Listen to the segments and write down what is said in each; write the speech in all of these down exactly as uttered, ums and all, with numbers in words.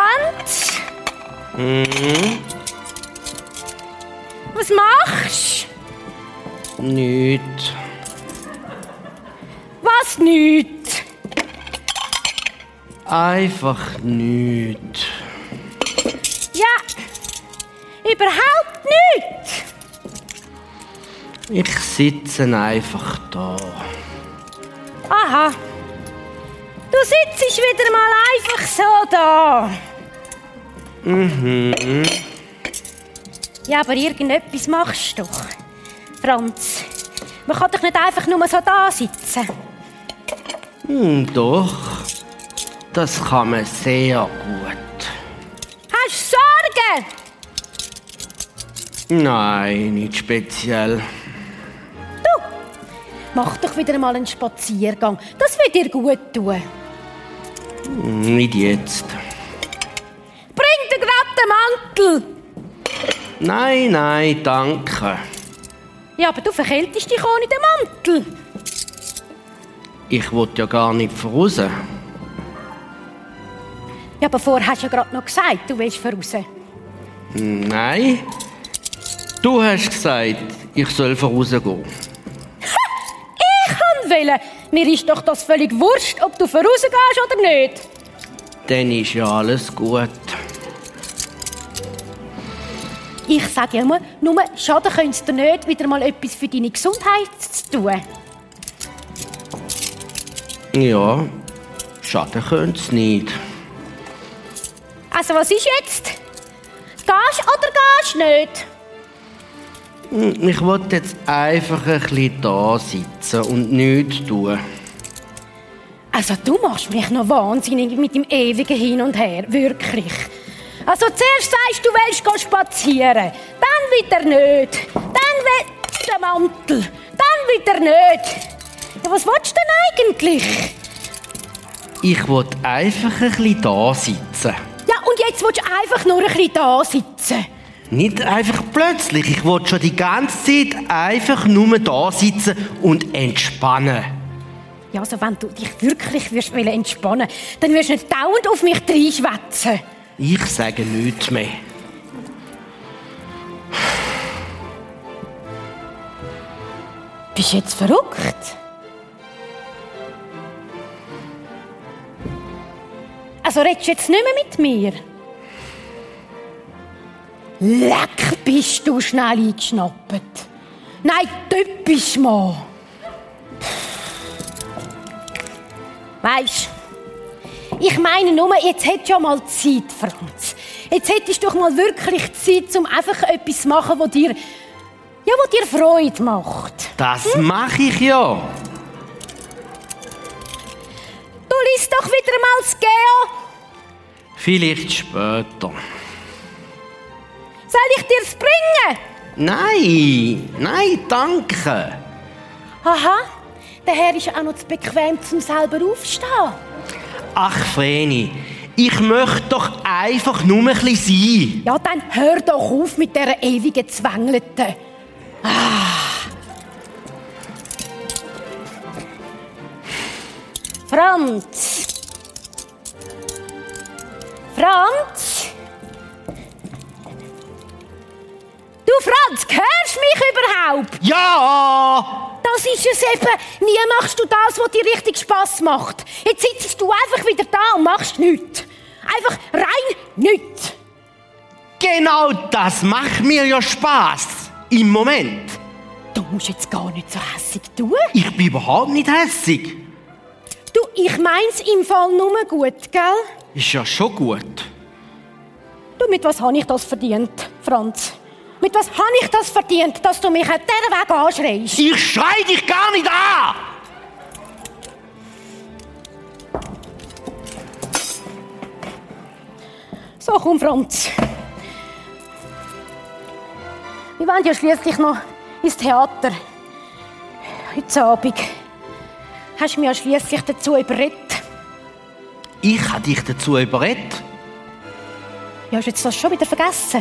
Franz? Mhm. Was machst du? Nichts. Was nichts? Einfach nichts. Ja, überhaupt nichts. Ich sitze einfach da. Aha. Du sitzt wieder mal einfach so da. Mhm. Ja, aber irgendetwas machst du doch. Franz, man kann doch nicht einfach nur so da sitzen. Hm, doch. Das kann man sehr gut. Hast du Sorgen? Nein, nicht speziell. Du, mach doch wieder mal einen Spaziergang. Das wird dir gut tun. Nicht jetzt. Bring dir grad den Mantel. Nein, nein, danke. Ja, aber du verkältest dich ohne den Mantel. Ich will ja gar nicht voraus. Ja, aber vorher hast du ja gerade noch gesagt, du willst voraus. Nein. Du hast gesagt, ich soll vorausgehen. Ich kann wählen. Mir ist doch das völlig wurscht, ob du vorausgehst oder nicht. Dann ist ja alles gut. Ich sage ja nur, nur schaden könnte es dir nicht, wieder mal etwas für deine Gesundheit zu tun. Ja, schaden könnte es nicht. Also was ist jetzt? Gehst oder gehst nicht? Ich will jetzt einfach ein bisschen da sitzen und nichts tun. Also du machst mich noch wahnsinnig mit dem ewigen Hin und Her, wirklich. Also zuerst sagst du, du willst gehen spazieren, dann wieder nicht, dann will der Mantel, dann wieder nicht. Ja, was willst du denn eigentlich? Ich will einfach ein bisschen da sitzen. Ja, und jetzt willst du einfach nur ein bisschen da sitzen. Nicht einfach plötzlich. Ich will schon die ganze Zeit einfach nur da sitzen und entspannen. Ja, also wenn du dich wirklich würdest entspannen willst, dann wirst du nicht dauernd auf mich reinschwätzen. Ich sage nichts mehr. Bist du jetzt verrückt? Also redest du jetzt nicht mehr mit mir? Leck, bist du schnell eingeschnappt. Nein, typisch mal. Weisst, ich meine nur, jetzt hättest du ja mal Zeit, Franz. Jetzt hättest du doch mal wirklich Zeit, um einfach etwas zu machen, das dir, ja, was dir Freude macht. Das hm? mache ich ja. Du liest doch wieder mal das Geo. Vielleicht später. Soll ich dir's bringen? Nein, nein, danke. Aha, der Herr ist auch noch zu bequem, zum selber aufzustehen. Ach, Vreni, ich möchte doch einfach nur ein bisschen sein. Ja, dann hör doch auf mit dieser ewigen Zwängelten. Ah. Franz. Franz? Du, Franz, hörst du mich überhaupt? Ja! Das ist es eben. Nie machst du das, was dir richtig Spass macht. Jetzt sitzt du einfach wieder da und machst nichts. Einfach rein nichts. Genau das macht mir ja Spass. Im Moment. Du musst jetzt gar nicht so hässig tun. Ich bin überhaupt nicht hässig. Du, ich mein's im Fall nur gut, gell? Ist ja schon gut. Du, mit was habe ich das verdient, Franz? Mit was habe ich das verdient, dass du mich an dieser Weg anschreist? Ich schrei dich gar nicht an! So, komm, Franz. Wir wollen ja schliesslich noch ins Theater. Heute Abend. Hast du mich ja schliesslich dazu überredet. Ich habe dich dazu überredet? Ja, hast du jetzt das schon wieder vergessen?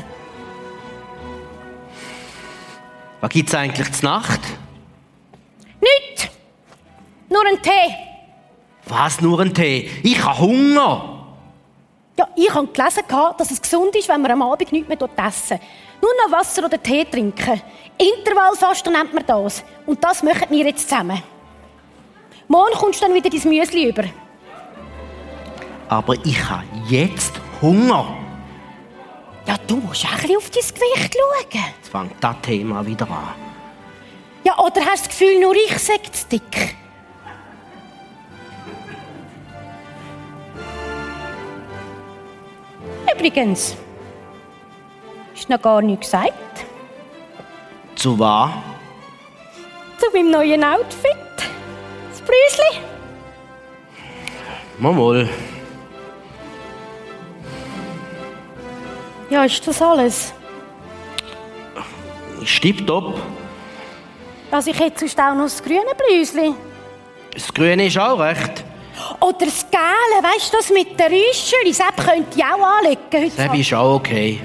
Was gibt's eigentlich zur Nacht? Nichts. Nur einen Tee. Was, nur ein Tee? Ich habe Hunger. Ja, ich habe gelesen, dass es gesund ist, wenn man am Abend nichts mehr essen. Nur noch Wasser oder Tee trinken. Intervallfasten nennt man das. Und das machen wir jetzt zusammen. Morgen kommst du dann wieder dein Müsli über. Aber ich habe jetzt Hunger. Ja, du musst auch ein bisschen auf dein Gewicht schauen. Jetzt fängt das Thema wieder an. Ja, oder hast du das Gefühl, nur ich sei zu dick? Übrigens, ist noch gar nichts gesagt. Zu was? Zu meinem neuen Outfit. Das Brüsli. Mal mal. Ja, ist das alles? Tipptopp. Also ich hätte sonst auch noch das grüne Blüsli. Das Grüne ist auch recht. Oder das Gelbe, weißt du, das mit den Rüscheli. Sepp könnte ich auch anlegen heute. Das ist auch okay.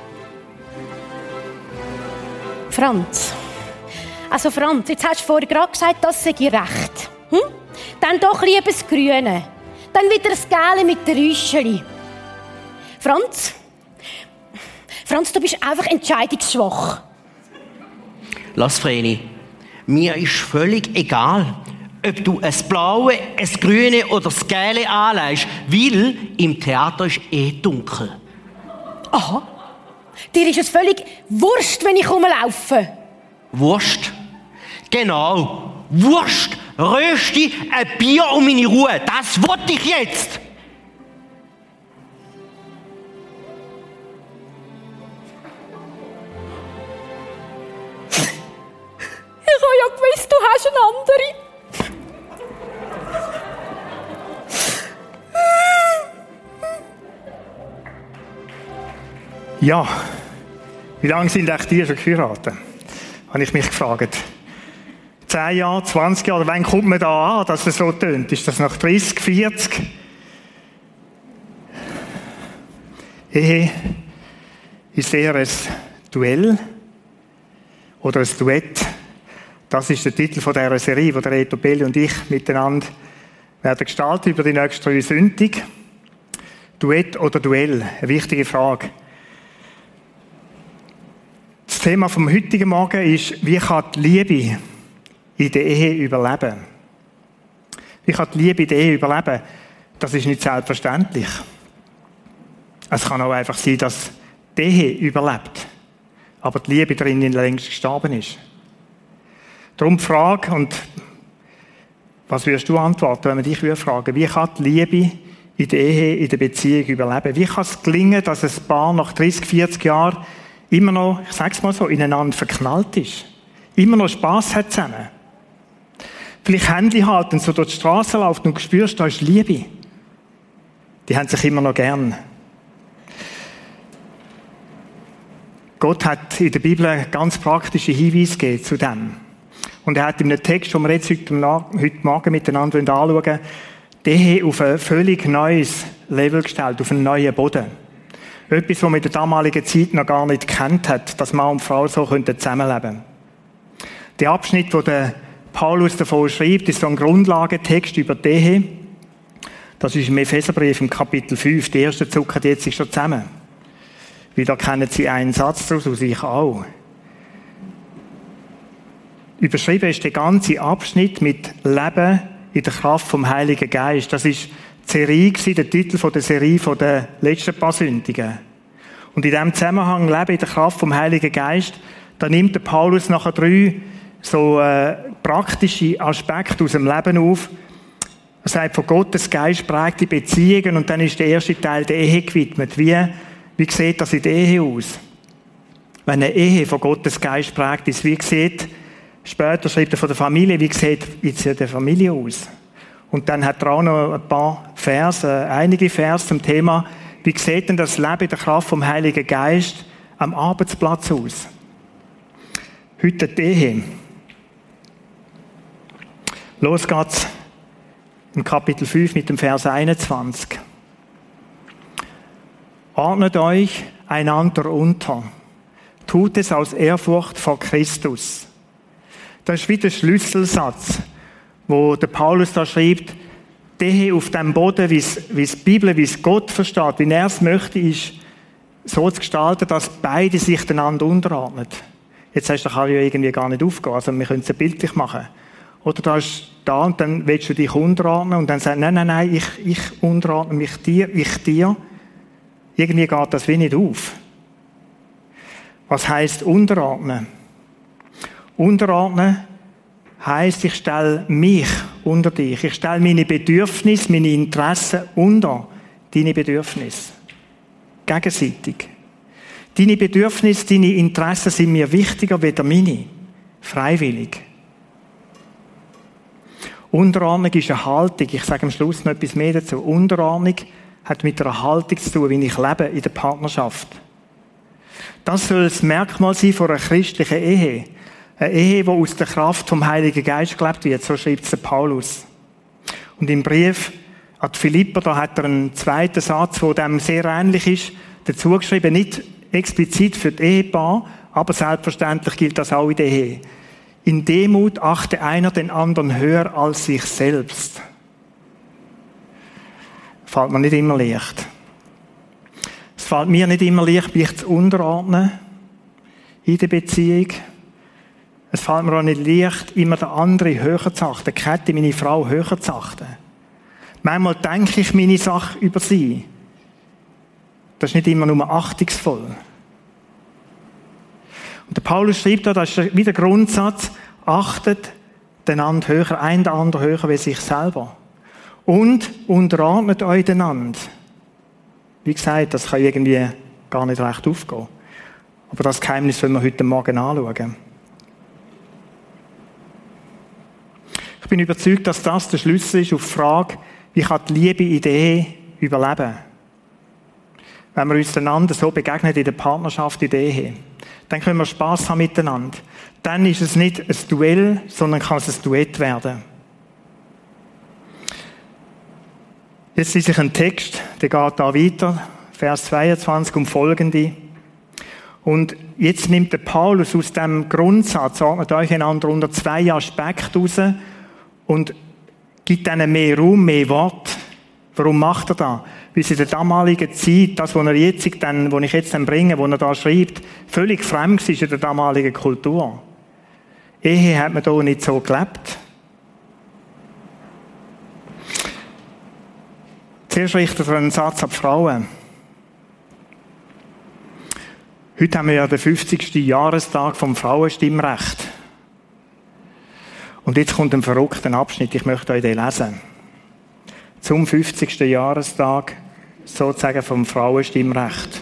Franz. Also Franz, jetzt hast du vorher gerade gesagt, das sei recht. Hm? Dann doch lieber das Grüne. Dann wieder das Gelbe mit den Rüscheli. Franz? Franz, du bist einfach entscheidungsschwach. Lass, Vreni. Mir ist völlig egal, ob du ein Blaue, ein Grüne oder das Gelbe anlegst, weil im Theater ist eh dunkel. Aha. Dir ist es völlig wurscht, wenn ich rumlaufe. Wurst? Genau. Wurst, Rösti, ein Bier und meine Ruhe. Das wollte ich jetzt. Ich habe ja gewusst, du hast eine andere. Ja, wie lange sind echt die schon geheiratet? Habe ich mich gefragt. Zehn Jahre, zwanzig Jahre, wann kommt man da an, dass es so tönt? Ist das nach dreißig, vierzig? Ehe ist eher ein Duell oder ein Duett. Das ist der Titel von dieser Serie, die der Reto Belli und ich miteinander werden gestalten über die nächsten drei Sündig. Duett oder Duell? Eine wichtige Frage. Das Thema vom heutigen Morgen ist, wie kann die Liebe in der Ehe überleben? Wie kann die Liebe in der Ehe überleben? Das ist nicht selbstverständlich. Es kann auch einfach sein, dass die Ehe überlebt, aber die Liebe drinnen längst gestorben ist. Darum die Frage, und was würdest du antworten, wenn man dich fragen, wie kann die Liebe in der Ehe, in der Beziehung überleben? Wie kann es gelingen, dass ein Paar nach dreißig, vierzig Jahren immer noch, ich sag's mal so, ineinander verknallt ist? Immer noch Spass hat zusammen? Vielleicht Hände halten, so durch die Straße laufen und spürst, da ist Liebe. Die haben sich immer noch gern. Gott hat in der Bibel ganz praktische Hinweise gegeben zu dem. Und er hat in einem Text, den wir jetzt heute Morgen miteinander anschauen, die Ehe auf ein völlig neues Level gestellt, auf einen neuen Boden. Etwas, was man in der damaligen Zeit noch gar nicht gekannt hat, dass Mann und Frau so zusammenleben können. Der Abschnitt, wo der Paulus davon schreibt, ist so ein Grundlagentext über die Ehe. Das ist im Epheserbrief im Kapitel fünf. Die ersten zucken jetzt schon zusammen. Wieder kennen sie einen Satz daraus, aus ich auch. Überschrieben ist der ganze Abschnitt mit Leben in der Kraft vom Heiligen Geist. Das ist die Serie, der Titel der Serie der letzten paar Sündigen. Und in diesem Zusammenhang Leben in der Kraft vom Heiligen Geist, da nimmt der Paulus nachher drei so äh, praktische Aspekte aus dem Leben auf. Er sagt, von Gottes Geist prägte Beziehungen, und dann ist der erste Teil der Ehe gewidmet. Wie, wie sieht das in der Ehe aus? Wenn eine Ehe von Gottes Geist prägt ist, wie sieht, später schreibt er von der Familie, wie sieht jetzt die Familie aus? Und dann hat er auch noch ein paar Verse, einige Verse zum Thema, wie sieht denn das Leben in der Kraft vom Heiligen Geist am Arbeitsplatz aus? Heute die Ehe. Los geht's im Kapitel fünf mit dem Vers einundzwanzig. Ordnet euch einander unter. Tut es aus Ehrfurcht vor Christus. Das ist wieder der Schlüsselsatz, wo der Paulus da schreibt, die Ehe auf dem Boden, wie es, wie es die Bibel, wie es Gott versteht, wie er es möchte, ist so zu gestalten, dass beide sich einander unterordnen. Jetzt sagst du, das kann ja irgendwie gar nicht aufgehen, also wir können es bildlich machen. Oder da ist da und dann willst du dich unterordnen und dann sagst du, nein, nein, nein, ich, ich unterordne mich dir, ich dir. Irgendwie geht das wie nicht auf. Was heisst unterordnen? Unterordnen heisst, ich stelle mich unter dich. Ich stelle meine Bedürfnisse, meine Interessen unter deine Bedürfnisse. Gegenseitig. Deine Bedürfnisse, deine Interessen sind mir wichtiger als meine. Freiwillig. Unterordnung ist eine Haltung. Ich sage am Schluss noch etwas mehr dazu. Unterordnung hat mit einer Haltung zu tun, wie ich lebe in der Partnerschaft. Das soll das Merkmal sein von einer christlichen Ehe. Eine Ehe, die aus der Kraft vom Heiligen Geist gelebt wird. So schreibt es der Paulus. Und im Brief an die Philipper, da hat er einen zweiten Satz, der dem sehr ähnlich ist, dazu geschrieben, nicht explizit für die Ehepaar, aber selbstverständlich gilt das auch in der Ehe. In Demut achte einer den anderen höher als sich selbst. Fällt mir nicht immer leicht. Es fällt mir nicht immer leicht, mich zu unterordnen in der Beziehung. Es fällt mir auch nicht leicht, immer den anderen höher zu achten, Käthi, meine Frau, höher zu achten. Manchmal denke ich meine Sache über sie. Das ist nicht immer nur achtungsvoll. Und der Paulus schreibt da, das ist wieder Grundsatz, achtet den anderen höher, ein den anderen höher wie sich selber. Und unterordnet euch einander. Wie gesagt, das kann irgendwie gar nicht recht aufgehen. Aber das Geheimnis wollen wir heute Morgen anschauen. Ich bin überzeugt, dass das der Schlüssel ist auf die Frage, wie kann die Liebe in der Ehe überleben? Wenn wir uns einander so begegnen in der Partnerschaft, in der Ehe, dann können wir Spass haben miteinander. Dann ist es nicht ein Duell, sondern kann es ein Duett werden. Jetzt lese ich einen Text, der geht da weiter, Vers zweiundzwanzig um folgende. Und jetzt nimmt der Paulus aus dem Grundsatz, ordnet euch einander unter zwei Aspekte raus und gibt ihnen mehr Raum, mehr Wort. Warum macht er das? Weil es in der damaligen Zeit, das, was er jetzt dann, was ich jetzt dann bringe, was er da schreibt, völlig fremd ist in der damaligen Kultur. Ehe hat man da nicht so gelebt. Zuerst richtet er einen Satz an die Frauen. Heute haben wir ja den fünfzigsten Jahrestag vom Frauenstimmrecht. Und jetzt kommt ein verrückter Abschnitt, ich möchte euch den lesen. Zum fünfzigsten Jahrestag, sozusagen vom Frauenstimmrecht.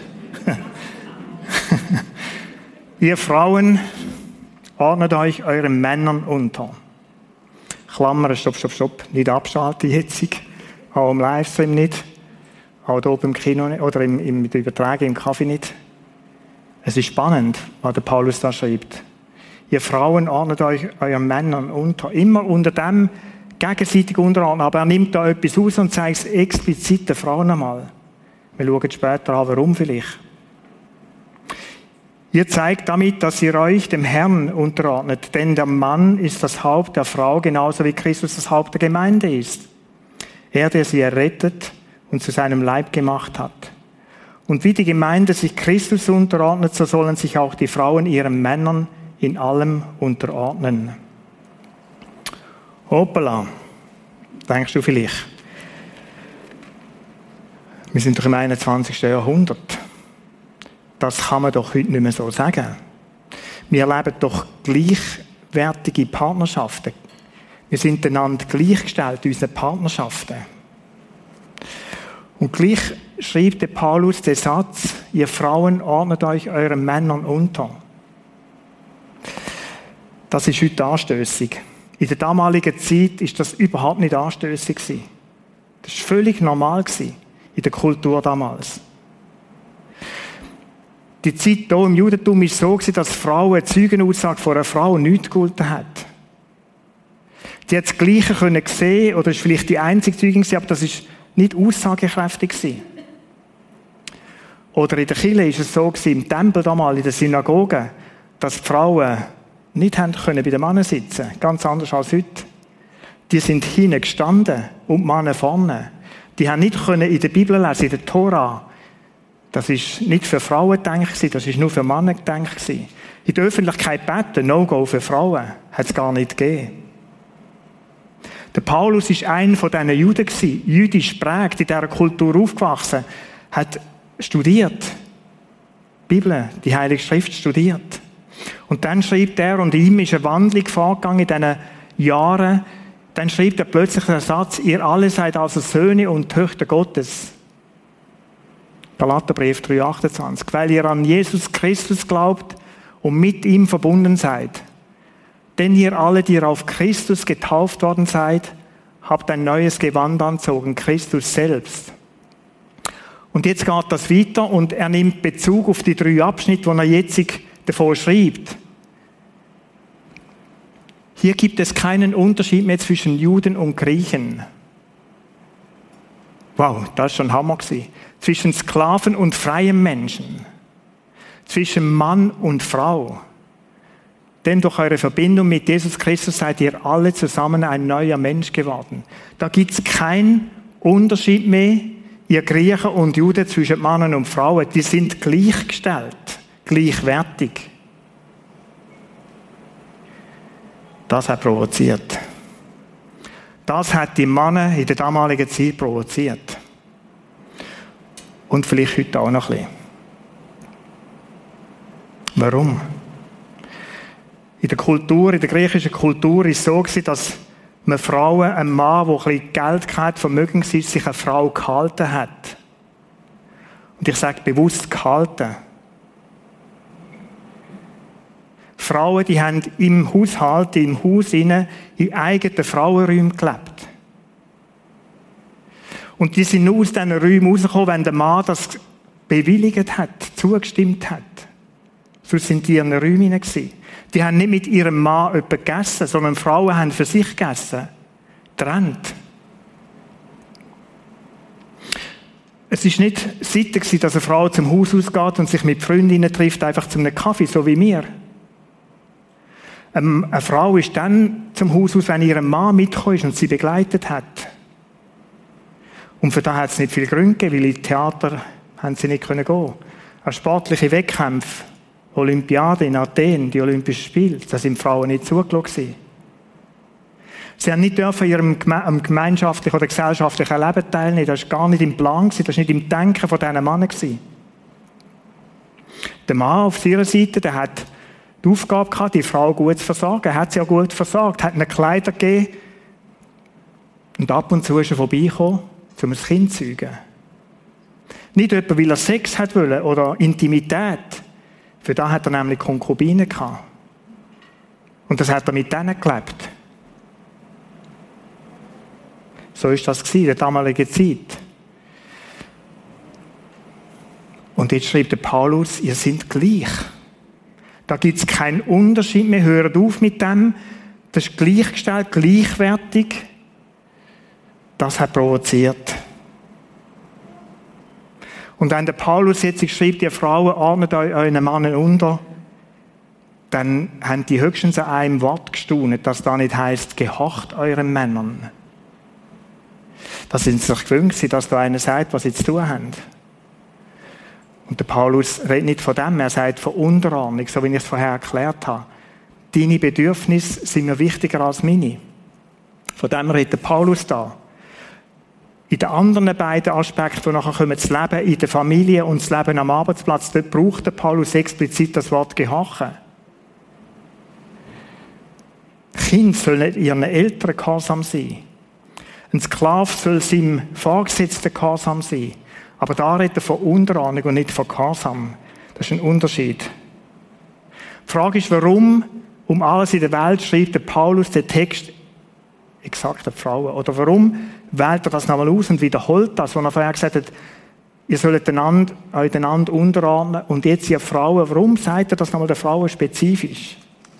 Ihr Frauen, ordnet euch euren Männern unter. Klammern, stopp, stopp, stopp, nicht abschalten jetzt. Auch im Livestream nicht. Auch hier beim Kino nicht. Oder im, im, mit der Übertragung im Kaffee nicht. Es ist spannend, was der Paulus da schreibt. Ihr Frauen ordnet euch euren Männern unter. Immer unter dem gegenseitig unterordnen. Aber er nimmt da etwas aus und zeigt es explizit den Frauen einmal. Wir schauen später an, warum vielleicht. Ihr zeigt damit, dass ihr euch dem Herrn unterordnet. Denn der Mann ist das Haupt der Frau, genauso wie Christus das Haupt der Gemeinde ist. Er, der sie errettet und zu seinem Leib gemacht hat. Und wie die Gemeinde sich Christus unterordnet, so sollen sich auch die Frauen ihren Männern in allem unterordnen. Hoppala. Denkst du vielleicht? Wir sind doch im einundzwanzigsten Jahrhundert. Das kann man doch heute nicht mehr so sagen. Wir erleben doch gleichwertige Partnerschaften. Wir sind einander gleichgestellt in unseren Partnerschaften. Und gleich schreibt der Paulus den Satz, ihr Frauen ordnet euch euren Männern unter. Das ist heute anstössig. In der damaligen Zeit ist das überhaupt nicht anstössig gewesen. Das war völlig normal gewesen in der Kultur damals. Die Zeit hier im Judentum war so gewesen, dass Frauen eine Zeugenaussage von einer Frau nichts gegolten hat. Die hat das Gleiche können sehen, oder ist vielleicht die einzige Zeugin gewesen, aber das ist nicht aussagekräftig gewesen. Oder in der Kirche ist es so gewesen, im Tempel damals, in der Synagoge, dass die Frauen nicht haben können bei den Männern sitzen. Ganz anders als heute. die sind hinten gestanden und die Männer vorne. Die haben nicht können in der Bibel lesen, in der Tora. Das ist nicht für Frauen gedacht, das ist nur für Männer gedacht. In der Öffentlichkeit beten, No-Go für Frauen, hat es gar nicht gegeben. Der Paulus war einer von diesen Juden, jüdisch geprägt, in dieser Kultur aufgewachsen, hat studiert, die Bibel, die Heilige Schrift studiert. Und dann schreibt er, und ihm ist eine Wandlung vorgegangen in diesen Jahren, dann schreibt er plötzlich den Satz, ihr alle seid also Söhne und Töchter Gottes. Galaterbrief drei achtundzwanzig. Weil ihr an Jesus Christus glaubt und mit ihm verbunden seid. Denn ihr alle, die ihr auf Christus getauft worden seid, habt ein neues Gewand anzogen, Christus selbst. Und jetzt geht das weiter und er nimmt Bezug auf die drei Abschnitte, die er jetzt davor schreibt. Hier gibt es keinen Unterschied mehr zwischen Juden und Griechen. Wow, das war schon Hammer gewesen. Zwischen Sklaven und freien Menschen. Zwischen Mann und Frau. Denn durch eure Verbindung mit Jesus Christus seid ihr alle zusammen ein neuer Mensch geworden. Da gibt es keinen Unterschied mehr, ihr Griechen und Juden, zwischen Männern und Frauen. Die sind gleichgestellt, gleichwertig. Das hat provoziert. Das hat die Männer in der damaligen Zeit provoziert. Und vielleicht heute auch noch ein bisschen. Warum? In der Kultur, in der griechischen Kultur war es so, dass man Frauen, ein Mann, der ein bisschen Geld hatte, Vermögen war, sich eine Frau gehalten hat. Und ich sage bewusst gehalten. Frauen, die haben im Haushalt, im Haus innen, in eigenen Frauenräumen gelebt. Und die sind nur aus diesen Räumen rausgekommen, wenn der Mann das bewilligt hat, zugestimmt hat. So sind die in ihren Räumen gewesen. Die haben nicht mit ihrem Mann etwas gegessen, sondern Frauen haben für sich gegessen. Trennt. Es war nicht Sitte, dass eine Frau zum Haus ausgeht und sich mit Freundinnen trifft, einfach zu einem Kaffee, so wie wir. Eine Frau ist dann zum Haus aus, wenn ihr Mann mitgekommen ist und sie begleitet hat. Und für das hat es nicht viele Gründe gegeben, weil ins Theater haben sie nicht gehen können. Auch sportliche Wettkämpfe, Olympiade in Athen, die Olympischen Spiele, da sind Frauen nicht zugelassen. Sie haben nicht dürfen an ihrem geme- gemeinschaftlichen oder gesellschaftlichen Leben teilnehmen. Das war gar nicht im Plan, das war nicht im Denken von diesen Männern. Der Mann auf seiner Seite, der hat die Aufgabe gehabt, die Frau gut zu versorgen. Er hat sie auch gut versorgt, hat ihnen Kleider gegeben und ab und zu ist er vorbeigekommen, um ein Kind zu zeugen. Nicht etwa, weil er Sex hat wollen oder Intimität. Für das hat er nämlich Konkubinen gehabt. Und das hat er mit denen gelebt. So ist das in der damaligen Zeit. Und jetzt schreibt der Paulus, ihr seid gleich. Da gibt es keinen Unterschied mehr. Hört auf mit dem. Das ist gleichgestellt, gleichwertig. Das hat provoziert. Und wenn der Paulus jetzt schreibt, ihr Frauen, ordnet euch euren Männern unter, dann haben die höchstens an einem Wort gestaunt, dass da nicht heisst, gehorcht euren Männern. Da sind sie sich gewöhnt, dass da einer sagt, was sie zu tun haben. Und der Paulus redet nicht von dem, er sagt von Unterordnung, so wie ich es vorher erklärt habe. Deine Bedürfnisse sind mir wichtiger als meine. Von dem redet der Paulus da. In den anderen beiden Aspekten, die nachher kommen, das Leben in der Familie und das Leben am Arbeitsplatz, dort braucht der Paulus explizit das Wort gehorchen. Kinder sollen ihren Eltern gehorsam sein. Ein Sklave soll seinem Vorgesetzten gehorsam sein. Aber da redet er von Unterordnung und nicht von Gehorsam. Das ist ein Unterschied. Die Frage ist, warum um alles in der Welt schreibt der Paulus den Text exakt an die Frauen? Oder warum wählt er das nochmal aus und wiederholt das, wo er vorher gesagt hat, ihr sollt einander, euch einander unterordnen und jetzt ihr Frauen. Warum sagt er das nochmal den Frauen spezifisch?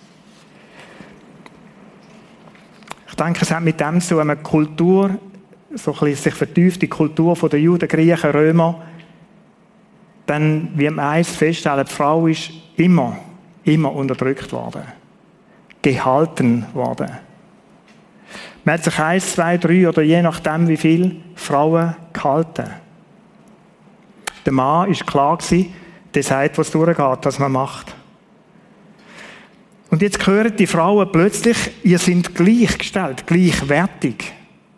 Ich denke, es hat mit dem so eine Kultur, so ein bisschen sich vertieft, die Kultur der Juden, Griechen, Römer, dann, wie man eins feststellen, die Frau ist immer, immer unterdrückt worden. Gehalten worden. Man hat sich eins, zwei, drei oder je nachdem wie viele Frauen gehalten. Der Mann war klar gewesen, der sagt, was durchgeht, was man macht. Und jetzt hören die Frauen plötzlich, ihr seid gleichgestellt, gleichwertig.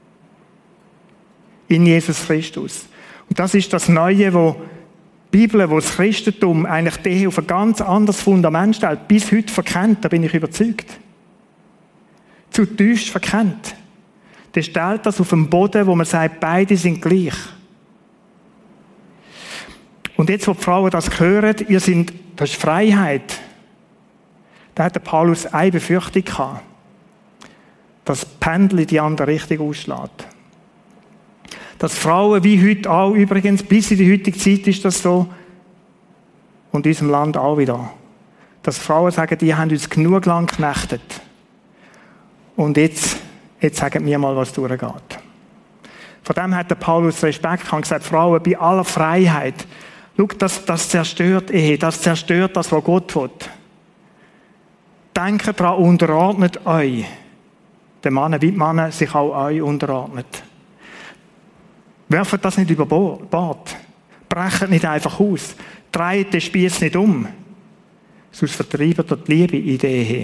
In Jesus Christus. Und das ist das Neue, wo die Bibel, wo das Christentum eigentlich die Ehe auf ein ganz anderes Fundament stellt, bis heute verkennt, da bin ich überzeugt. Zutiefst verkennt. Der stellt das auf den Boden, wo man sagt, beide sind gleich. Und jetzt, wo die Frauen das hören, ihr seid, das ist Freiheit. Da hat der Paulus eine Befürchtung gehabt, dass das Pendel in die andere Richtung ausschlägt. Dass Frauen wie heute auch, übrigens, bis in die heutige Zeit ist das so, und in unserem Land auch wieder, dass Frauen sagen, die haben uns genug lang geknechtet. Und jetzt, jetzt sagen wir mal, was durchgeht. Von dem hat der Paulus Respekt gehabt und gesagt, Frauen, bei aller Freiheit, schau, das, das zerstört Ehe, das zerstört das, was Gott will. Denkt daran, unterordnet euch. Den Männern wie die Männer sich auch euch unterordnet. Werft das nicht über Bord. Brecht nicht einfach aus. Dreht den Spieß nicht um. Sonst vertreibt ihr die Liebe in der Ehe.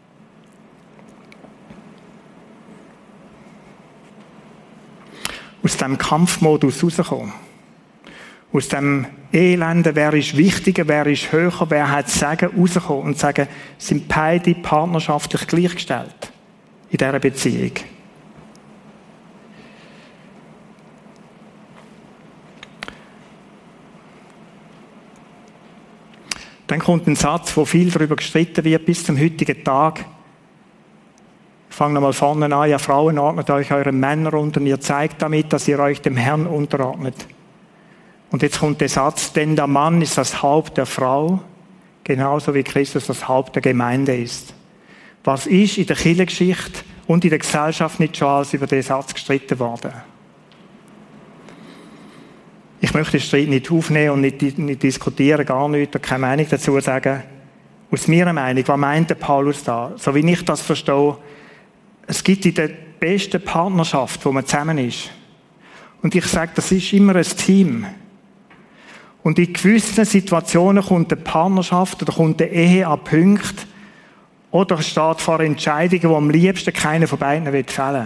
Aus diesem Kampfmodus rauskommen. Aus dem Elenden, wer ist wichtiger, wer ist höher, wer hat das Sagen, rauskommen und sagen, sind beide partnerschaftlich gleichgestellt in dieser Beziehung. Dann kommt ein Satz, wo viel darüber gestritten wird, bis zum heutigen Tag. Ich fange nochmal vorne an, ja Frauen, ordnet euch euren Männern unter und ihr zeigt damit, dass ihr euch dem Herrn unterordnet. Und jetzt kommt der Satz, denn der Mann ist das Haupt der Frau, genauso wie Christus das Haupt der Gemeinde ist. Was ist in der Kirchengeschichte und in der Gesellschaft nicht schon alles über diesen Satz gestritten worden? Ich möchte den Streit nicht aufnehmen und nicht, nicht diskutieren, gar nicht, keine Meinung dazu sagen. Aus meiner Meinung, was meint der Paulus da? So wie ich das verstehe, es gibt in der besten Partnerschaft, wo man zusammen ist. Und ich sage, das ist immer ein Team. Und in gewissen Situationen kommt eine Partnerschaft oder kommt eine Ehe an Punkte oder steht vor Entscheidungen, die am liebsten keiner von beiden fällen will.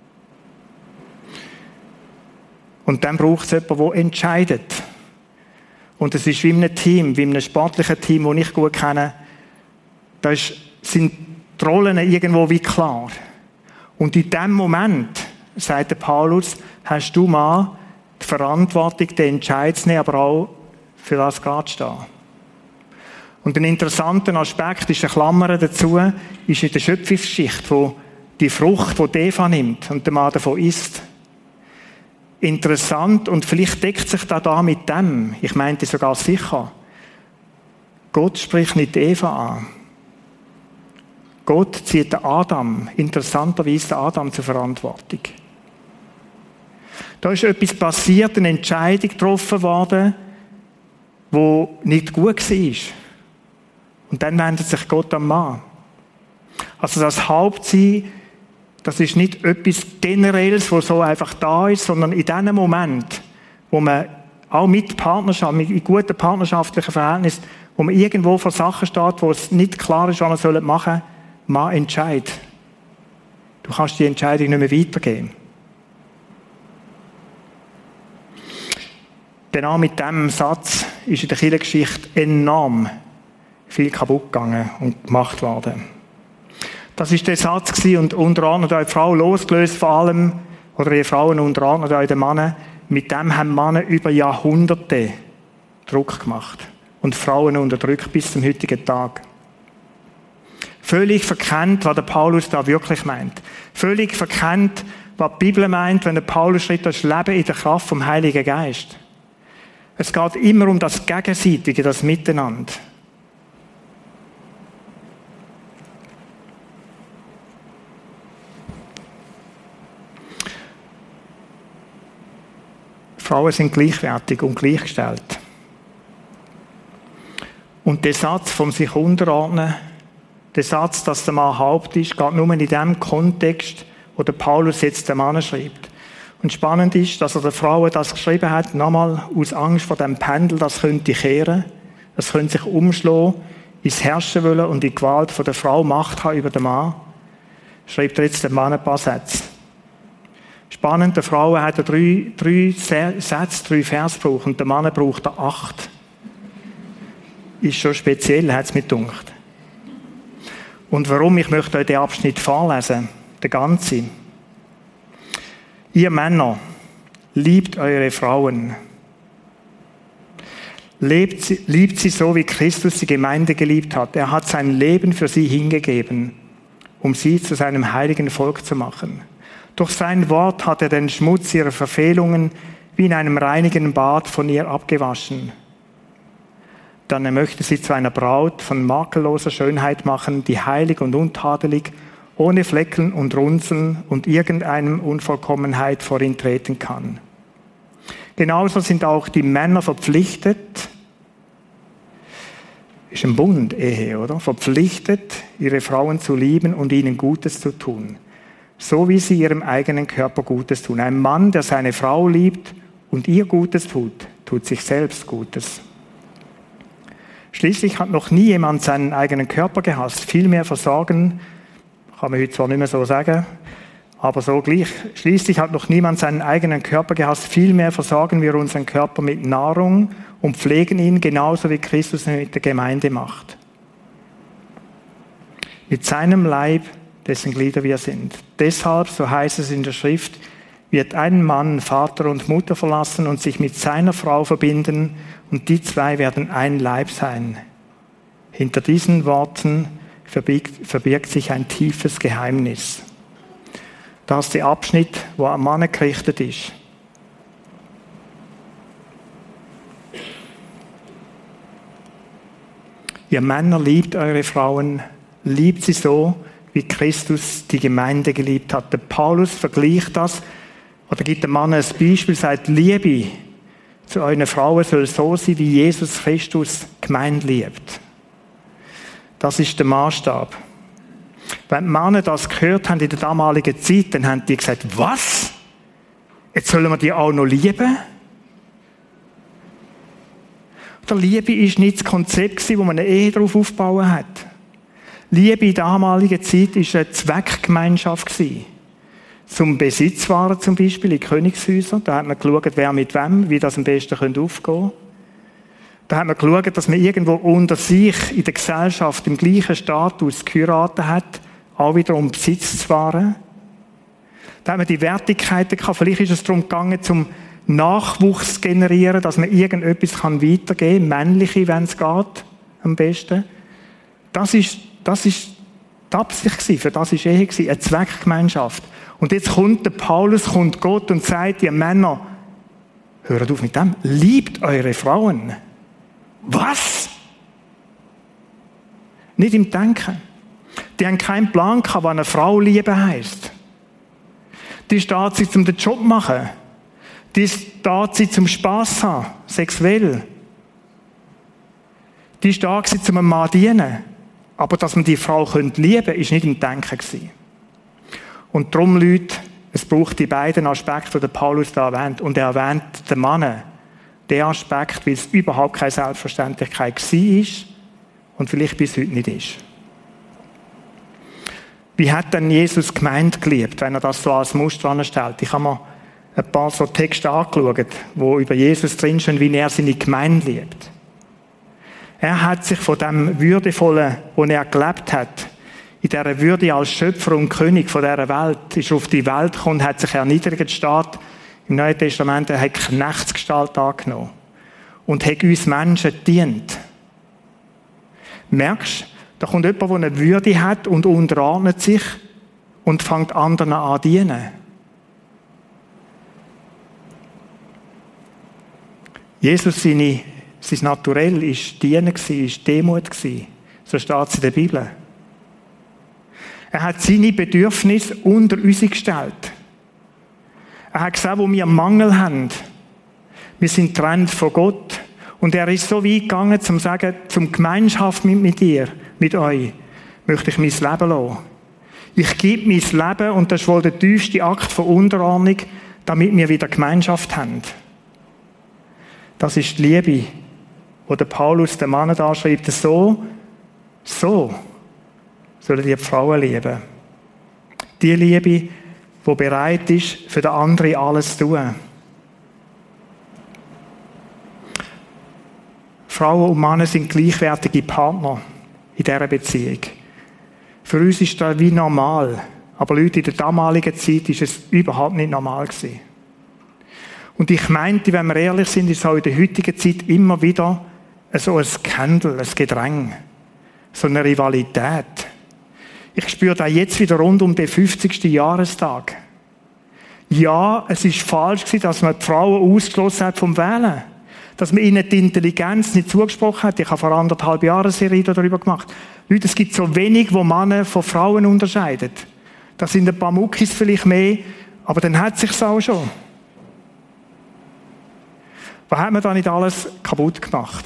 Und dann braucht es jemanden, der entscheidet. Und es ist wie in einem Team, wie in einem sportlichen Team, das ich gut kenne, da ist, sind die Rollen irgendwo wie klar. Und in dem Moment, sagt der Paulus, hast du mal die Verantwortung, den Entscheid zu nehmen, aber auch für das Gott stehen. Und ein interessanter Aspekt ist, eine Klammer dazu, ist in der Schöpfungsgeschichte, wo die Frucht, die Eva nimmt und der Mann davon isst. Interessant, und vielleicht deckt sich da da mit dem, ich meinte sogar sicher, Gott spricht nicht Eva an. Gott zieht den Adam, interessanterweise den Adam zur Verantwortung. Da ist etwas passiert, eine Entscheidung getroffen worden, die nicht gut war. Und dann wendet sich Gott am Mann. Also das Hauptsein, das ist nicht etwas Generelles, was so einfach da ist, sondern in diesem Moment, wo man auch mit Partnerschaft, mit in guten partnerschaftlichen Verhältnissen, wo man irgendwo vor Sachen steht, wo es nicht klar ist, was man machen soll, man entscheidet. Du kannst die Entscheidung nicht mehr weitergeben. Genau mit diesem Satz ist in der Kirchengeschichte enorm viel kaputt gegangen und gemacht worden. Das war der Satz gewesen, und unterordnet euch die Frau, losgelöst vor allem, oder ihr Frauen unterordnet euch den Mann. Mit dem haben Männer über Jahrhunderte Druck gemacht und Frauen unterdrückt bis zum heutigen Tag. Völlig verkennt, was der Paulus da wirklich meint. Völlig verkennt, was die Bibel meint, wenn der Paulus schreibt, das Leben in der Kraft vom Heiligen Geist. Es geht immer um das Gegenseitige, das Miteinander. Frauen sind gleichwertig und gleichgestellt. Und der Satz vom sich unterordnen, der Satz, dass der Mann Haupt ist, geht nur in dem Kontext wo der Paulus jetzt dem Mann schreibt. Und spannend ist, dass er der Frau das geschrieben hat, nochmal aus Angst vor dem Pendel, das könnte kehren, das könnte sich umschlagen, ins Herrschen wollen und die Gewalt von der Frau Macht haben über den Mann. Schreibt er jetzt dem Mann ein paar Sätze. Spannend, der Frau hat er drei, drei Sätze, drei Vers gebraucht und der Mann braucht er acht. Ist schon speziell, hat es mir gedacht. Und warum? Ich möchte euch den Abschnitt vorlesen, den ganzen. Ihr Männer, liebt eure Frauen. Lebt sie, liebt sie so, wie Christus die Gemeinde geliebt hat. Er hat sein Leben für sie hingegeben, um sie zu seinem heiligen Volk zu machen. Durch sein Wort hat er den Schmutz ihrer Verfehlungen wie in einem reinigen Bad von ihr abgewaschen. Dann er möchte sie zu einer Braut von makelloser Schönheit machen, die heilig und untadelig, ohne Flecken und Runzeln und irgendeinem Unvollkommenheit vor ihn treten kann. Genauso sind auch die Männer verpflichtet, ist ein Bund, Ehe, oder? Verpflichtet, ihre Frauen zu lieben und ihnen Gutes zu tun. So wie sie ihrem eigenen Körper Gutes tun. Ein Mann, der seine Frau liebt und ihr Gutes tut, tut sich selbst Gutes. Schließlich hat noch nie jemand seinen eigenen Körper gehasst. Vielmehr versorgen, kann man heute zwar nicht mehr so sagen, aber so gleich. Schließlich hat noch niemand seinen eigenen Körper gehasst. Vielmehr versorgen wir unseren Körper mit Nahrung und pflegen ihn genauso wie Christus mit der Gemeinde macht. Mit seinem Leib, dessen Glieder wir sind. Deshalb, so heißt es in der Schrift, wird ein Mann Vater und Mutter verlassen und sich mit seiner Frau verbinden und die zwei werden ein Leib sein. Hinter diesen Worten verbirgt, verbirgt sich ein tiefes Geheimnis. Das ist der Abschnitt, wo am Mann gerichtet ist. Ihr Männer, liebt eure Frauen, liebt sie so, wie Christus die Gemeinde geliebt hat. Der Paulus vergleicht das, oder gibt dem Mann ein Beispiel, sagt, Liebe zu euren Frauen soll so sein, wie Jesus Christus die Gemeinde liebt. Das ist der Maßstab. Wenn die Männer das gehört haben in der damaligen Zeit, dann haben die gesagt, was? Jetzt sollen wir die auch noch lieben? Der Liebe ist nicht das Konzept, wo man eine Ehe darauf aufbauen hat. Liebe in der damaligen Zeit war eine Zweckgemeinschaft. Zum Besitzwaren zum Beispiel in Königshäusern. Da hat man geschaut, wer mit wem, wie das am besten aufgehen könnte. Da hat man geschaut, dass man irgendwo unter sich in der Gesellschaft im gleichen Status geheiratet hat, auch wieder um Besitz zu wahren. Da hat man die Wertigkeiten gehabt. Vielleicht ist es darum gegangen, zum Nachwuchs zu generieren, dass man irgendetwas weitergeben kann, männliche, wenn es geht, am besten. Das ist, das ist die Absicht gewesen, für das ist Ehe gewesen, eine Zweckgemeinschaft. Und jetzt kommt der Paulus, kommt Gott und sagt, ihr Männer, hört auf mit dem, liebt eure Frauen. Was? Nicht im Denken. Die haben keinen Plan gehabt, was eine Frau lieben heisst. Die steht sie zum den Job machen. Die steht sie zum Spass haben, sexuell. Die steht sie zum Mann dienen. Aber dass man die Frau lieben könnte, ist nicht im Denken gewesen. Und darum, Leute, es braucht die beiden Aspekte, die Paulus da erwähnt. Und er erwähnt den Mann. Den Aspekt, weil es überhaupt keine Selbstverständlichkeit war und vielleicht bis heute nicht ist. Wie hat denn Jesus die Gemeinde geliebt, wenn er das so als Muster anstellt? Ich habe mir ein paar so Texte angeschaut, wo über Jesus drinstehen, wie er seine Gemeinde liebt. Er hat sich von dem Würdevollen, wo er gelebt hat, in dieser Würde als Schöpfer und König von dieser Welt, ist auf die Welt gekommen, hat sich erniedrigt, steht im Neuen Testament, er hat Knechtsgestalt angenommen und hat uns Menschen gedient. Merkst du, da kommt jemand, der eine Würde hat und unterordnet sich und fängt anderen an zu dienen. Jesus, seine, sein Naturell war Dienen, war Demut. So steht es in der Bibel. Er hat seine Bedürfnisse unter uns gestellt. Er hat gesagt, wo wir Mangel haben, wir sind getrennt von Gott. Und er ist so weit gegangen, zum zu sagen, zum Gemeinschaft mit, mit dir, mit euch, möchte ich mein Leben lassen. Ich gebe mein Leben, und das ist wohl der tiefste Akt von Unterordnung, damit wir wieder Gemeinschaft haben. Das ist die Liebe, die der Paulus den Mann da schreibt. So, so sollen die Frauen lieben. Die Liebe, die bereit ist, für den anderen alles zu tun. Frauen und Männer sind gleichwertige Partner in dieser Beziehung. Für uns ist das wie normal. Aber Leute, in der damaligen Zeit war es überhaupt nicht normal gewesen. Und ich meinte, wenn wir ehrlich sind, ist es auch in der heutigen Zeit immer wieder so ein Skandal, ein Gedräng, so eine Rivalität. Ich spüre das jetzt wieder rund um den fünfzigsten Jahrestag. Ja, es ist falsch gewesen, dass man die Frauen ausgeschlossen hat vom Wählen. Dass man ihnen die Intelligenz nicht zugesprochen hat. Ich habe vor anderthalb Jahren eine Serie darüber gemacht. Leute, es gibt so wenig, wo Männer von Frauen unterscheiden. Das sind ein paar Muckis vielleicht mehr, aber dann hat es sich auch schon. Was hat man da nicht alles kaputt gemacht?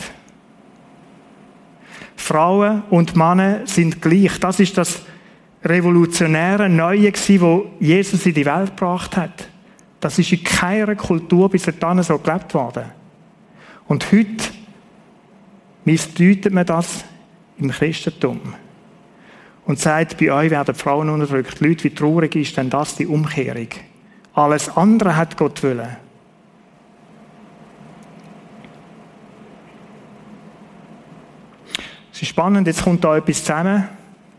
Frauen und Männer sind gleich. Das ist das revolutionäre Neue gewesen, das Jesus in die Welt gebracht hat. Das ist in keiner Kultur bis dahin so gelebt worden. Und heute missdeutet man das im Christentum. Und sagt, bei euch werden Frauen unterdrückt. Leute, wie traurig ist denn das, die Umkehrung? Alles andere hat Gott wollen. Es ist spannend, jetzt kommt da etwas zusammen.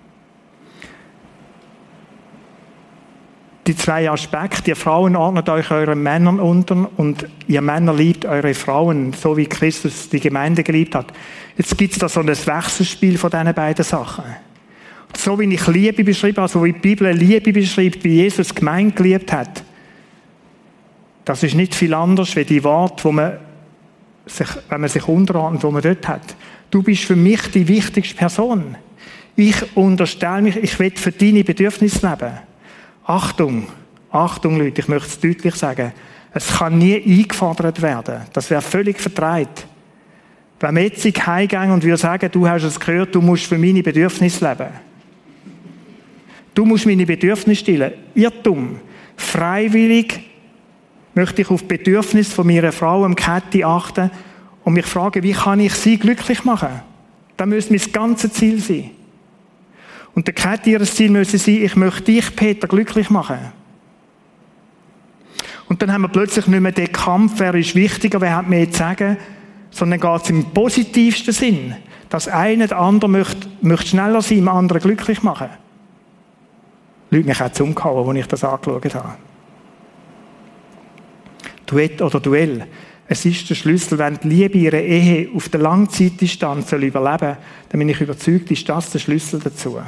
Die zwei Aspekte, ihr Frauen ordnet euch euren Männern unter und ihr Männer liebt eure Frauen, so wie Christus die Gemeinde geliebt hat. Jetzt gibt es da so ein Wechselspiel von diesen beiden Sachen. So wie ich Liebe beschrieben habe, so wie die Bibel Liebe beschreibt, wie Jesus die Gemeinde geliebt hat, das ist nicht viel anders wie die Worte, wo man sich, wenn man sich unterordnet, wo man dort hat. Du bist für mich die wichtigste Person. Ich unterstelle mich, ich will für deine Bedürfnisse leben. Achtung, Achtung Leute, ich möchte es deutlich sagen, es kann nie eingefordert werden. Das wäre völlig verdreht. Wenn man jetzt heimgehen und würde sagen, du hast es gehört, du musst für meine Bedürfnisse leben. Du musst meine Bedürfnisse stillen. Irrtum. Freiwillig möchte ich auf die Bedürfnisse von meiner Frau am Käthi achten und mich fragen, wie kann ich sie glücklich machen? Das müsste mein ganzes Ziel sein. Und der Käthi, ihr Ziel müsste sein, ich möchte dich, Peter, glücklich machen. Und dann haben wir plötzlich nicht mehr den Kampf, wer ist wichtiger, wer hat mehr zu sagen, sondern geht es im positivsten Sinn, dass einer der andere möchte, möchte schneller sein, dem anderen glücklich machen. Leute, mich hat es umgehauen, als ich das angeschaut habe. Duett oder Duell. Es ist der Schlüssel, wenn die Liebe ihre Ehe auf der Langzeitdistanz überleben soll, dann bin ich überzeugt, ist das der Schlüssel dazu.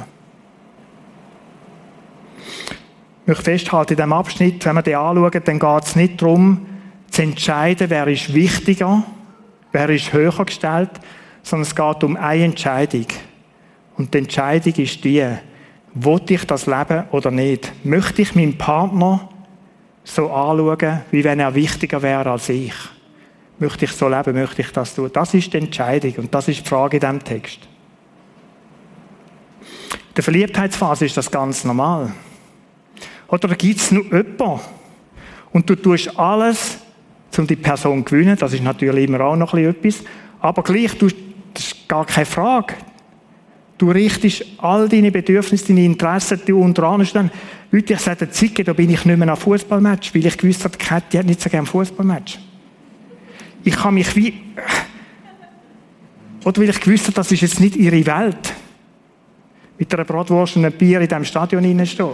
Ich möchte festhalten, in diesem Abschnitt, wenn wir den anschauen, dann geht es nicht darum, zu entscheiden, wer ist wichtiger, wer ist höher gestellt, sondern es geht um eine Entscheidung. Und die Entscheidung ist die, will ich das leben oder nicht? Möchte ich meinen Partner so anschauen, wie wenn er wichtiger wäre als ich? Möchte ich so leben, möchte ich das tun? Das ist die Entscheidung und das ist die Frage in diesem Text. In der Verliebtheitsphase ist das ganz normal. Oder gibt es nur jemanden und du tust alles, um die Person zu gewinnen, das ist natürlich immer auch noch etwas, aber gleich, du, das ist gar keine Frage. Du richtest all deine Bedürfnisse, deine Interessen, die unter anderem stehen. Leute, ich sage, Zicke, da bin ich nicht mehr an Fußballmatch, weil ich gewusst habe, die Käthi hat nicht so gerne Fußballmatch. Ich kann mich wie, oder weil ich gewusst habe, das ist jetzt nicht ihre Welt. Mit einer Bratwurst und einem Bier in diesem Stadion reinstehen.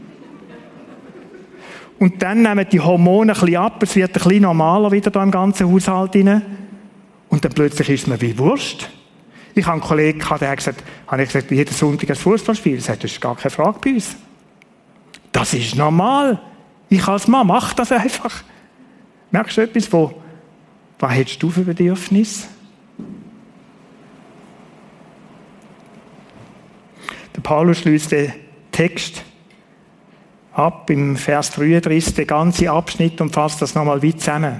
Und dann nehmen die Hormone ein bisschen ab, es wird ein bisschen normaler wieder da im ganzen Haushalt rein. Und dann plötzlich ist es mir wie Wurst. Ich habe einen Kollegen, der hat gesagt, habe ich gesagt, jeden Sonntag ein Fußballspiel. Er sagt, das ist gar keine Frage bei uns. Das ist normal. Ich als Mann mache das einfach. Merkst du etwas, wo, was hättest du für Bedürfnisse? Der Paulus schließt den Text ab im Vers dreiunddreißig, der ganze Abschnitt und fasst das nochmal weit zusammen.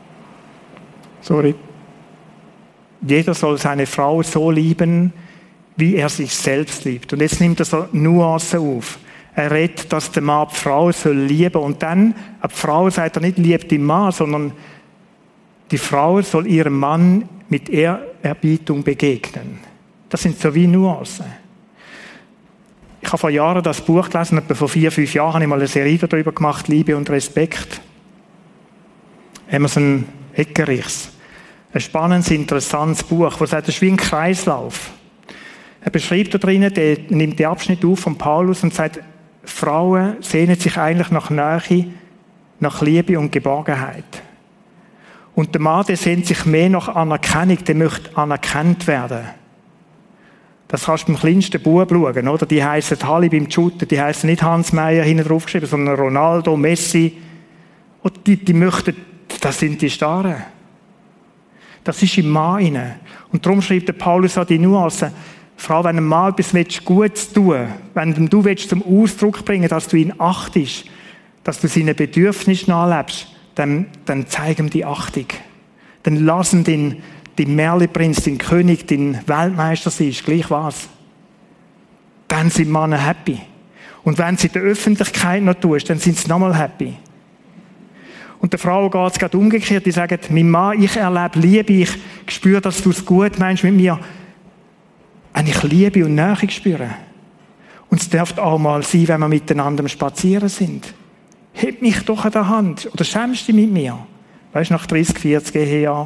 Sorry. Jeder soll seine Frau so lieben, wie er sich selbst liebt. Und jetzt nimmt er so Nuancen auf. Er redet, dass der Mann die Frau soll lieben. Und dann, die Frau sagt er nicht, liebt den Mann, sondern die Frau soll ihrem Mann mit Ehrerbietung begegnen. Das sind so wie Nuancen. Ich habe vor Jahren das Buch gelesen, etwa vor vier, fünf Jahren habe ich mal eine Serie darüber gemacht, Liebe und Respekt. Emerson Eckerichs. Ein spannendes, interessantes Buch, wo sagt, es ist wie ein Kreislauf. Er beschreibt da drinnen, der nimmt den Abschnitt auf von Paulus und sagt, Frauen sehnen sich eigentlich nach Nähe, nach Liebe und Geborgenheit. Und der Mann, der sehnt sich mehr nach Anerkennung, der möchte anerkannt werden. Das kannst du beim kleinsten Bub schauen, oder? Die heissen Halli beim Shooten, die heissen nicht Hans Meyer hinten drauf geschrieben, sondern Ronaldo, Messi. Und die, die möchten, das sind die Starren. Das ist im Mann inne. Und darum schreibt der Paulus an die Nuancen, Frau, wenn ein Mann etwas Gutes tun willst, wenn du willst zum Ausdruck bringen, dass du ihn achtest, dass du seine Bedürfnisse nachlebst, dann, dann zeig ihm die Achtung. Dann lass ihn den, den Märchenprinz, den König, den Weltmeister sein, ist gleich was. Dann sind Männer happy. Und wenn sie in der Öffentlichkeit noch tust, dann sind sie nochmal happy. Und der Frau geht es gerade umgekehrt, die sagen, mein Mann, ich erlebe Liebe, ich spüre, dass du es gut meinst mit mir. Wenn ich Liebe und Nähe spüre. Und es darf auch mal sein, wenn wir miteinander spazieren sind. Heb mich doch an der Hand. Oder schämst du dich mit mir? Weißt du, nach dreißig, vierzig Ehejahren.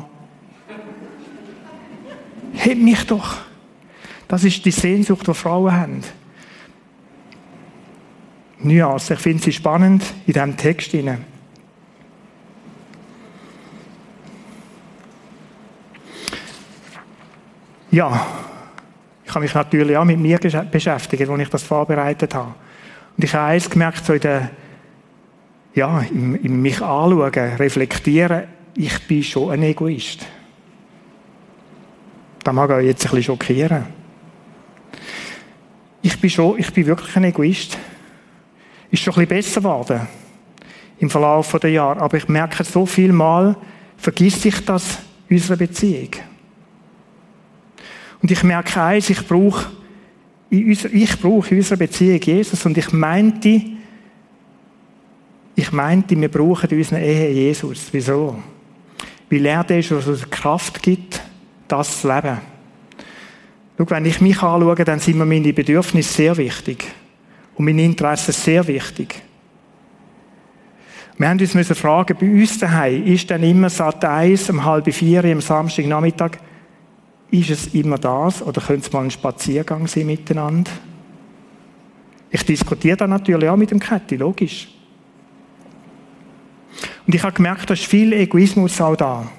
Heb mich doch. Das ist die Sehnsucht, die Frauen haben. Nuance. Ich finde sie spannend in diesem Text hinein. Ja. Ich habe mich natürlich auch mit mir beschäftigt, als ich das vorbereitet habe. Und ich habe eins gemerkt, so in der, ja, in, in mich anschauen, reflektieren, ich bin schon ein Egoist. Das mag euch jetzt ein bisschen schockieren. Ich bin schon, ich bin wirklich ein Egoist. Ist schon ein bisschen besser geworden im Verlauf der Jahre. Aber ich merke, so viel Mal vergesse ich das in unserer Beziehung. Und ich merke eins, ich brauche, ich brauche in unserer Beziehung Jesus. Und ich meinte, ich meinte, wir brauchen in unserer Ehe Jesus. Wieso? Weil er der ist, der uns Kraft gibt, das zu leben. Schau, wenn ich mich anschaue, dann sind mir meine Bedürfnisse sehr wichtig. Und meine Interessen sehr wichtig. Wir haben uns müssen fragen, bei uns daheim, ist dann immer Sat eins um halb vier am Samstagnachmittag, ist es immer das, oder könnte es mal ein Spaziergang sein miteinander? Ich diskutiere da natürlich auch mit dem Käthi, logisch. Und ich habe gemerkt, da ist viel Egoismus auch da.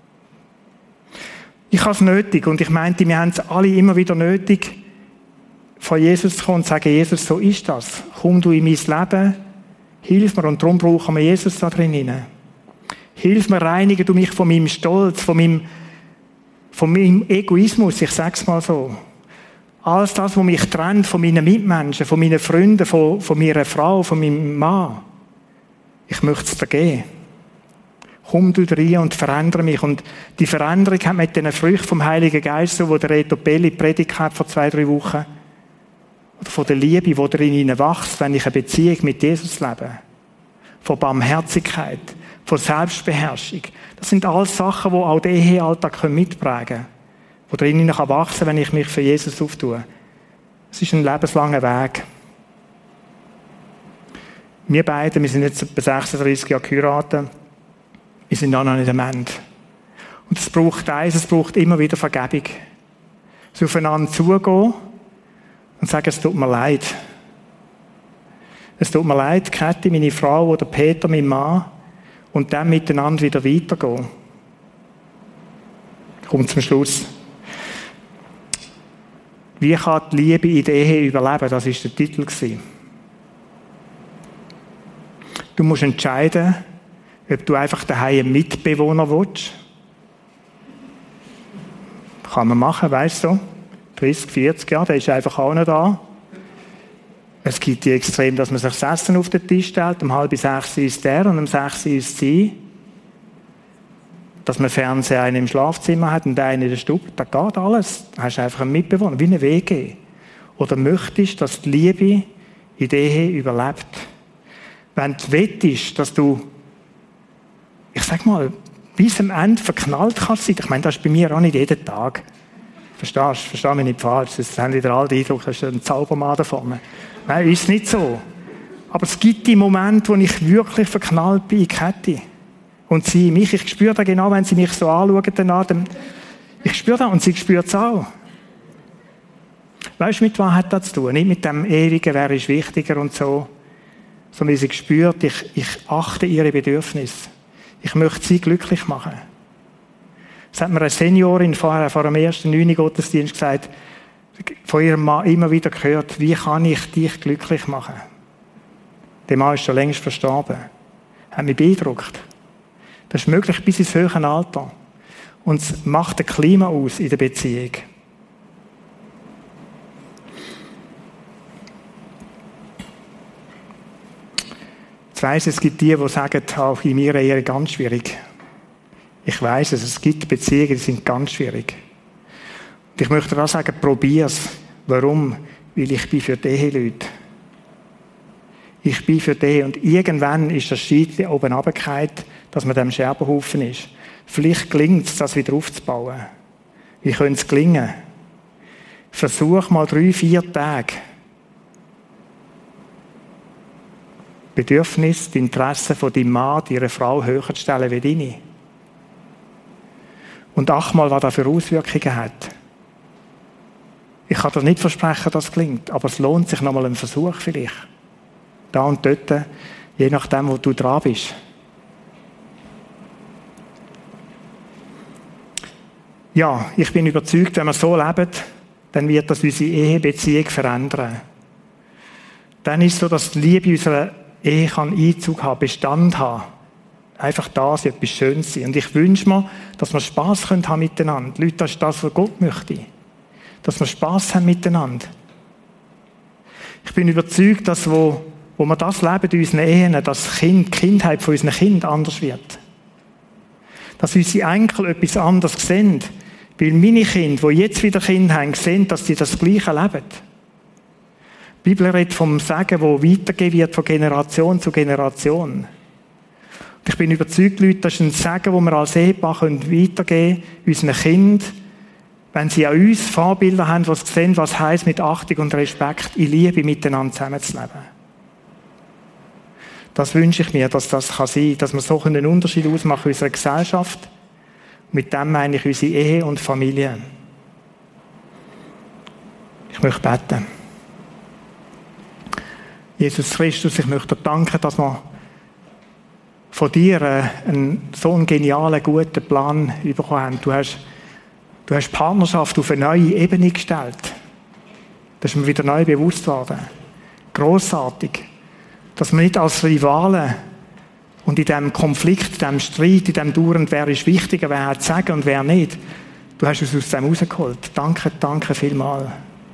Ich habe es nötig, und ich meinte, wir haben es alle immer wieder nötig, vor Jesus zu kommen und zu sagen, Jesus, so ist das. Komm du in mein Leben, hilf mir, und darum brauchen wir Jesus da drin. Hilf mir, reinige du mich von meinem Stolz, von meinem Von meinem Egoismus, ich sage es mal so. Alles das, was mich trennt von meinen Mitmenschen, von meinen Freunden, von, von meiner Frau, von meinem Mann. Ich möchte es dir geben. Komm du rein und verändere mich. Und die Veränderung hat mit diesen Früchten vom Heiligen Geist, so, wo der Reto Belli predigt hat vor zwei, drei Wochen, oder von der Liebe, die darin wächst, wenn ich eine Beziehung mit Jesus lebe. Von Barmherzigkeit, von Selbstbeherrschung. Das sind alles Sachen, die auch den Ehealltag mitprägen können. Die drinnen wachsen kann, wenn ich mich für Jesus auftue. Es ist ein lebenslanger Weg. Wir beide, wir sind jetzt etwa sechsunddreißig Jahre geheiratet. Wir sind noch nicht am Ende. Und es braucht eins, es braucht immer wieder Vergebung. Es aufeinander zugehen und sagen, es tut mir leid. Es tut mir leid, Käthi, meine Frau, oder Peter, mein Mann. Und dann miteinander wieder weitergehen. Ich komme zum Schluss. Wie kann die Liebe in der Ehe überleben? Das war der Titel. Du musst entscheiden, ob du einfach daheim einen Mitbewohner willst. Kann man machen, weißt du? dreißig, vierzig Jahre, der ist einfach auch nicht da. Es gibt die Extrem, dass man sich das Essen auf den Tisch stellt, um halb sechs ist der und um sechs ist sie. dass man Fernseher einen im Schlafzimmer hat und einen in der Stube. Das geht alles. Da hast du einfach einen Mitbewohner, wie eine W G. Oder möchtest, dass die Liebe in der Ehe überlebt. Wenn du wettest, dass du, ich sag mal, bis am Ende verknallt kannst sein. Ich meine, das ist bei mir auch nicht jeden Tag. Verstehst du? Versteh mich nicht falsch. Das haben wieder alle den Eindruck, das ist ein Zaubermann da vorne. Nein, ist nicht so. Aber es gibt die Momente, wo ich wirklich verknallt bin in Käthi. Und sie mich, ich spüre das genau, wenn sie mich so anschauen, dann, ich spüre das und sie spürt es auch. Weißt du, mit was hat das zu tun? Nicht mit dem Ewigen, wer ist wichtiger und so, sondern sie spürt, ich, ich achte ihre Bedürfnisse. Ich möchte sie glücklich machen. Das hat mir eine Seniorin vorher, vor dem ersten neunten Gottesdienst gesagt, von ihrem Mann immer wieder gehört, wie kann ich dich glücklich machen? Der Mann ist schon längst verstorben. Hat mich beeindruckt. Das ist möglich bis ins höhere Alter. Und es macht ein Klima aus in der Beziehung. Ich weiss, es gibt die, die sagen, auch in meiner Ehe ganz schwierig. Ich weiss es, es gibt Beziehungen, die sind ganz schwierig. Und ich möchte auch sagen, probier's. Warum? Weil ich bin für die Eheleute. Ich bin für die Ehe. Und irgendwann ist das Scheitchen oben runtergefallen, dass man dem Scherbenhaufen ist. Vielleicht gelingt es, das wieder aufzubauen. Wie könnte es gelingen? Versuch mal drei, vier Tage. Bedürfnis, die Interessen von deinem Mann, deiner Frau höher zu stellen wie deine. Und achtmal, was das für Auswirkungen hat. Ich kann dir nicht versprechen, dass es gelingt, aber es lohnt sich nochmal ein Versuch vielleicht. Da und dort, je nachdem, wo du dran bist. Ja, ich bin überzeugt, wenn wir so leben, dann wird das unsere Ehebeziehung verändern. Dann ist es so, dass die Liebe unserer Ehe kann Einzug haben, Bestand haben. Einfach da sein, etwas Schönes sein. Und ich wünsche mir, dass wir Spass haben können miteinander. Leute, das ist das, was Gott möchte. Dass wir Spass haben miteinander. Ich bin überzeugt, dass wo, wo wir das leben in unseren Ehen, dass kind, die Kindheit von unseren Kindern anders wird. Dass unsere Enkel etwas anderes sehen. Weil meine Kinder, die jetzt wieder Kinder haben, sehen, dass sie das Gleiche leben. Die Bibel redet vom Segen, das weitergegeben wird von Generation zu Generation. Und ich bin überzeugt, Leute, das ist ein Segen, den wir als Ehepaar weitergeben können, unseren Kindern, wenn sie an uns Vorbilder haben, die sehen, was heisst, mit Achtung und Respekt in Liebe miteinander zusammenzuleben. Das wünsche ich mir, dass das kann sein kann, dass wir so einen Unterschied ausmachen in unserer Gesellschaft. Mit dem meine ich unsere Ehe und Familie. Ich möchte beten. Jesus Christus, ich möchte dir danken, dass wir von dir einen, so einen genialen, guten Plan bekommen haben. Du hast, du hast Partnerschaft auf eine neue Ebene gestellt. Das ist mir wieder neu bewusst worden. Grossartig. Dass wir nicht als Rivalen und in diesem Konflikt, in diesem Streit, in diesem Dauernd, wer ist wichtiger, wer hat zu sagen und wer nicht. Du hast uns aus dem rausgeholt. Danke, danke vielmals.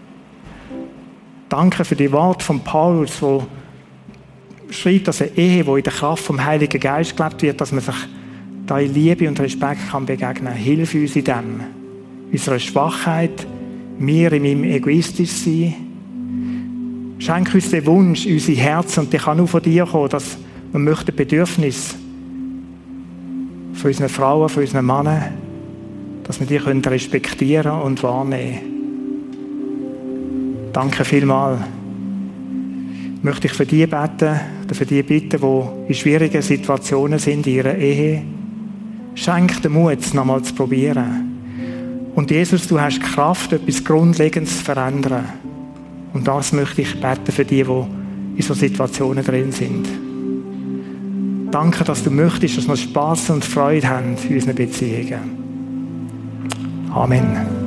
Danke für die Worte von Paulus, wo schreibt, dass eine Ehe, die in der Kraft vom Heiligen Geist gelebt wird, dass man sich da in Liebe und Respekt kann begegnen. Hilf uns in dem. Unserer Schwachheit, mir in meinem egoistisch sein. Schenk uns den Wunsch, unsere Herzen, und der kann nur von dir kommen, dass wir möchten Bedürfnisse von unseren Frauen, von unseren Männern, dass wir die können respektieren und wahrnehmen. Danke vielmals. Möchte ich für die beten, oder für die bitten, die in schwierigen Situationen sind in ihrer Ehe. Schenk den Mut, es nochmal zu probieren. Und Jesus, du hast Kraft, etwas Grundlegendes zu verändern. Und das möchte ich beten für die, die in so Situationen drin sind. Danke, dass du möchtest, dass wir Spass und Freude haben in unseren Beziehungen. Amen.